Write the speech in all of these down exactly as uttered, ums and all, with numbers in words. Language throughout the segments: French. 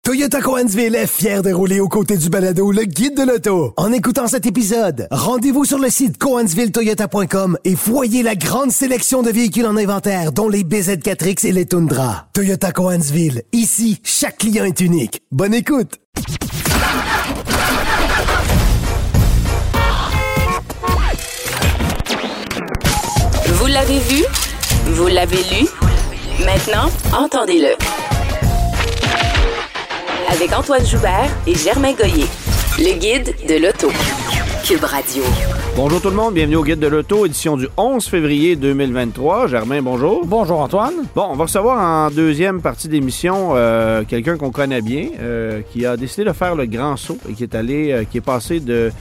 Toyota Cohensville est fier de rouler aux côtés du balado Le Guide de l'auto. En écoutant cet épisode, rendez-vous sur le site cohensville toyota point com et voyez la grande sélection de véhicules en inventaire, dont les B Z quatre X et les Tundra. Toyota Cohensville. Ici, chaque client est unique. Bonne écoute! Vous l'avez vu? Vous l'avez lu? Maintenant, entendez-le. Avec Antoine Joubert et Germain Goyer. Le Guide de l'auto. Cube Radio. Bonjour tout le monde, bienvenue au Guide de l'auto, édition du onze février deux mille vingt-trois. Germain, bonjour. Bonjour Antoine. Bon, on va recevoir en deuxième partie d'émission euh, quelqu'un qu'on connaît bien, euh, qui a décidé de faire le grand saut et qui est allé, euh, qui est passé de...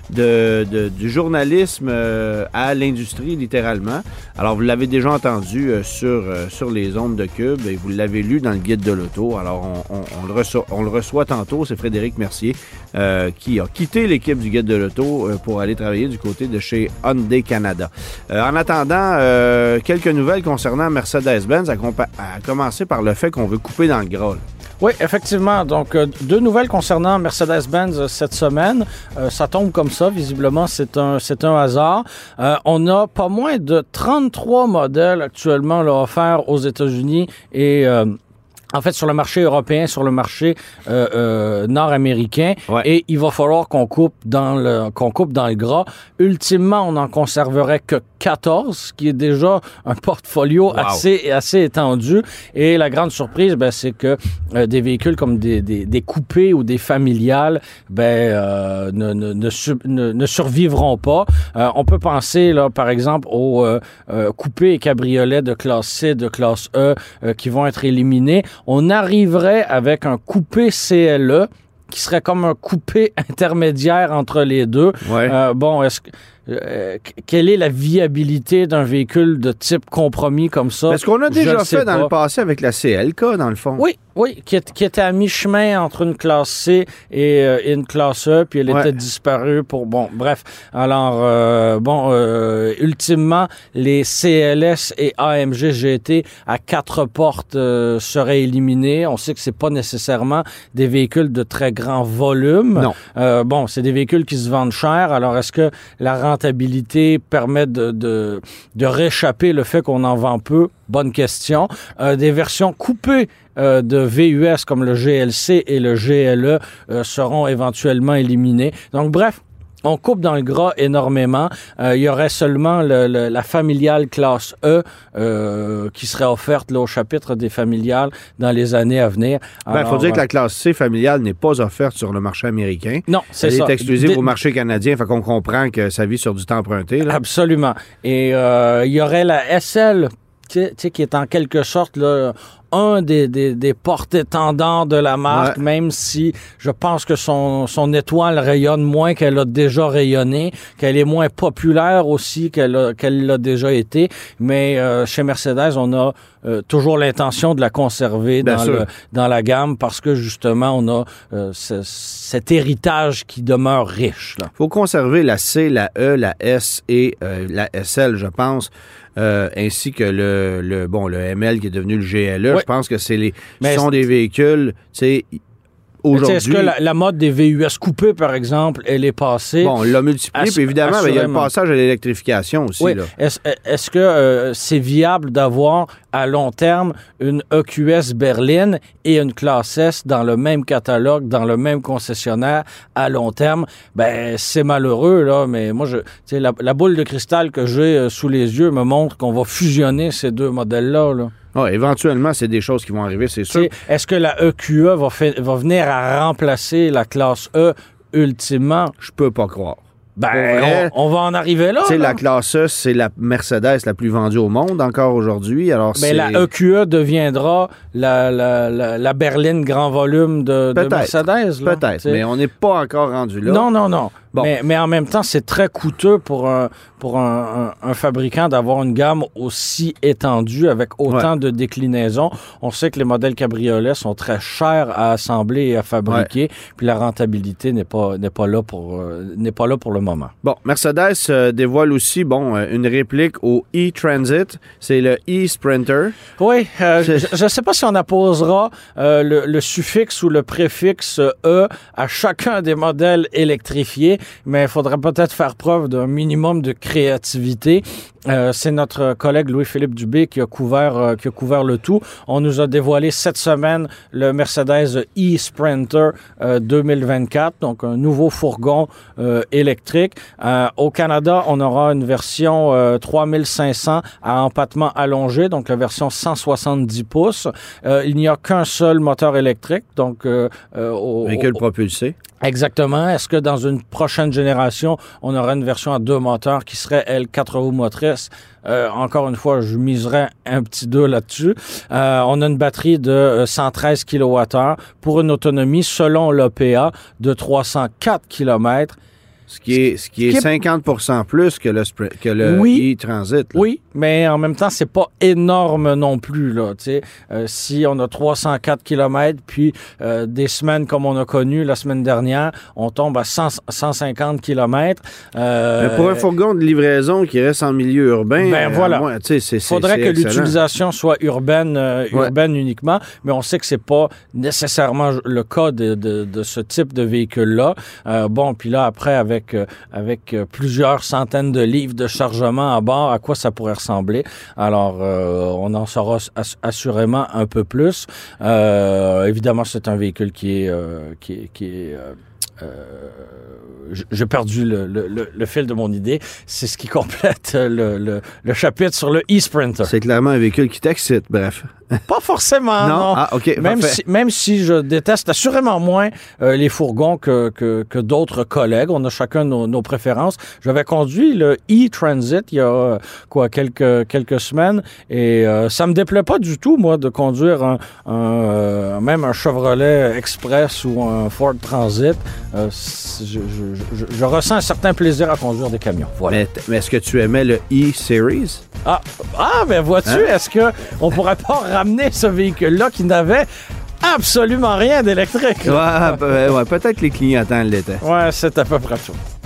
De, de, du journalisme euh, à l'industrie, littéralement. Alors, vous l'avez déjà entendu euh, sur, euh, sur les ondes de Cube et vous l'avez lu dans le Guide de l'auto. Alors, on, on, on, le, reçoit, on le reçoit tantôt. C'est Frédéric Mercier euh, qui a quitté l'équipe du Guide de l'auto euh, pour aller travailler du côté de chez Hyundai Canada. Euh, en attendant, euh, quelques nouvelles concernant Mercedes-Benz, à, compa- à commencer par le fait qu'on veut couper dans le gras. Là. Oui, effectivement. Donc, euh, deux nouvelles concernant Mercedes-Benz euh, cette semaine. Euh, ça tombe comme ça. Visiblement, c'est un, c'est un hasard. Euh, on a pas moins de trente-trois modèles actuellement là, offerts aux États-Unis et... Euh, En fait, sur le marché européen, sur le marché euh, euh, nord-américain, ouais. Et il va falloir qu'on coupe dans le qu'on coupe dans le gras. Ultimement, on n'en conserverait que quatorze, ce qui est déjà un portfolio wow. assez assez étendu. Et la grande surprise, ben, c'est que euh, des véhicules comme des, des, des coupés ou des familiales, ben euh, ne, ne, ne, su, ne, ne survivront pas. Euh, on peut penser, là, par exemple, aux euh, euh, coupés et cabriolets de classe C, de classe E, euh, qui vont être éliminés. On arriverait avec un coupé C L E qui serait comme un coupé intermédiaire entre les deux. Ouais. Euh, bon, est-ce que Euh, quelle est la viabilité d'un véhicule de type compromis comme ça? Est-ce qu'on a déjà fait dans le passé avec la C L K, dans le fond? Oui, oui, qui, est, qui était à mi-chemin entre une classe C et euh, une classe E, puis elle ouais. était disparue pour... Bon, bref. Alors, euh, bon, euh, ultimement, les C L S et A M G G T à quatre portes euh, seraient éliminés. On sait que c'est pas nécessairement des véhicules de très grand volume. Non. Euh, bon, c'est des véhicules qui se vendent cher. Alors, est-ce que la rentabilité permet de, de, de réchapper le fait qu'on en vend peu? Bonne question. Euh, des versions coupées euh, de V U S comme le G L C et le G L E euh, seront éventuellement éliminés. Donc, bref, on coupe dans le gras énormément. Euh, il y aurait seulement le, le, la familiale classe E euh, qui serait offerte là, au chapitre des familiales dans les années à venir. Il ben, faut dire que la classe C familiale n'est pas offerte sur le marché américain. Non, c'est Elle ça. Elle est exclusive Dé- au marché canadien, fait qu'on comprend que ça vit sur du temps emprunté. Là. Absolument. Et euh, il y aurait la S L, tu sais, qui est en quelque sorte là, un des, des, des porte-étendards de la marque, ouais. Même si je pense que son, son étoile rayonne moins qu'elle a déjà rayonné, qu'elle est moins populaire aussi qu'elle, a, qu'elle l'a déjà été. Mais euh, chez Mercedes, on a euh, toujours l'intention de la conserver dans, le, dans la gamme parce que justement, on a euh, ce, cet héritage qui demeure riche. Il faut conserver la C, la E, la S et euh, la S L, je pense. Euh, ainsi que le, le bon le M L qui est devenu le G L E. Oui. Je pense que c'est les Mais sont c'est... des véhicules, tu sais, aujourd'hui. Est-ce que la, la mode des V U S coupés, par exemple, elle est passée? Bon, on l'a multiplié, puis évidemment, ben, il y a le passage à l'électrification aussi. Oui. Là. Est-ce, est-ce que euh, c'est viable d'avoir à long terme une E Q S berline et une classe S dans le même catalogue, dans le même concessionnaire à long terme? Ben, c'est malheureux, là, mais moi, je, tu sais, la, la boule de cristal que j'ai euh, sous les yeux me montre qu'on va fusionner ces deux modèles-là, là. Ah, éventuellement, c'est des choses qui vont arriver, c'est sûr. T'sais, est-ce que la E Q E va, fait, va venir à remplacer la classe E ultimement? Je peux pas croire. Ben, vrai, on, on va en arriver là. Tu sais, là. La classe E, c'est la Mercedes la plus vendue au monde encore aujourd'hui. Alors, ben, c'est... la E Q E deviendra la, la, la, la berline grand volume de, de Mercedes. Là, peut-être, t'sais. Mais on n'est pas encore rendu là. Non, non, non. Bon. Mais, mais en même temps, c'est très coûteux pour un, pour un, un, un fabricant d'avoir une gamme aussi étendue avec autant ouais. de déclinaisons. On sait que les modèles cabriolets sont très chers à assembler et à fabriquer, ouais. puis la rentabilité n'est pas, n'est pas là pour, euh, n'est pas là pour le moment. Bon, Mercedes euh, dévoile aussi, bon, euh, une réplique au e-Transit. C'est le e-Sprinter. Oui, euh, je ne sais pas si on apposera euh, le, le suffixe ou le préfixe E à chacun des modèles électrifiés, mais il faudrait peut-être faire preuve d'un minimum de créativité. Euh, c'est notre collègue Louis-Philippe Dubé qui a couvert euh, qui a couvert le tout. On nous a dévoilé cette semaine le Mercedes e-Sprinter euh, deux mille vingt-quatre, donc un nouveau fourgon euh, électrique. Euh, au Canada, on aura une version euh, trois mille cinq cents à empattement allongé, donc la version cent soixante-dix pouces. Euh, il n'y a qu'un seul moteur électrique, donc euh, euh, au, véhicule au, propulsé. Exactement. Est-ce que dans une prochaine génération, on aura une version à deux moteurs qui serait, elle, quatre roues motrices? Euh, encore une fois, je miserais un petit deux là-dessus. Euh, on a une batterie de cent treize kilowattheures pour une autonomie, selon l'A P A, de trois cent quatre kilomètres. Ce qui est, ce qui est, ce qui est cinquante pour cent plus que le, que le oui, e-Transit. Là. Oui, mais en même temps, c'est pas énorme non plus. Là, euh, si on a trois cent quatre kilomètres, puis euh, des semaines comme on a connu la semaine dernière, on tombe à cent, cent cinquante kilomètres. Euh, mais pour un fourgon de livraison qui reste en milieu urbain, ben voilà. Il faudrait que excellent. l'utilisation soit urbaine, euh, ouais. urbaine uniquement, mais on sait que c'est pas nécessairement le cas de, de, de ce type de véhicule-là. Euh, bon, puis là, après, avec Avec, euh, avec euh, plusieurs centaines de livres de chargement à bord, à quoi ça pourrait ressembler. Alors, euh, on en saura ass- assurément un peu plus. Euh, évidemment, c'est un véhicule qui est... Euh, qui est, qui est euh, Euh, j'ai perdu le, le, le, le fil de mon idée. C'est ce qui complète le, le, le chapitre sur le e-Sprinter. C'est clairement un véhicule qui t'excite, bref. Pas forcément, non. non. Ah, OK, même si, même si je déteste assurément moins euh, les fourgons que, que, que d'autres collègues. On a chacun nos, nos préférences. J'avais conduit le e-Transit il y a quoi quelques, quelques semaines et euh, ça me déplaît pas du tout, moi, de conduire un, un, euh, même un Chevrolet Express ou un Ford Transit. Euh, je, je, je, je ressens un certain plaisir à conduire des camions. Voilà. Mais, mais est-ce que tu aimais le e-Series? Ah, ah ben vois-tu, hein? Est-ce qu'on pourrait pas ramener ce véhicule-là qui n'avait absolument rien d'électrique? Ouais, ouais, peut-être que les clignotants l'étaient. Ouais, c'est à peu près tout.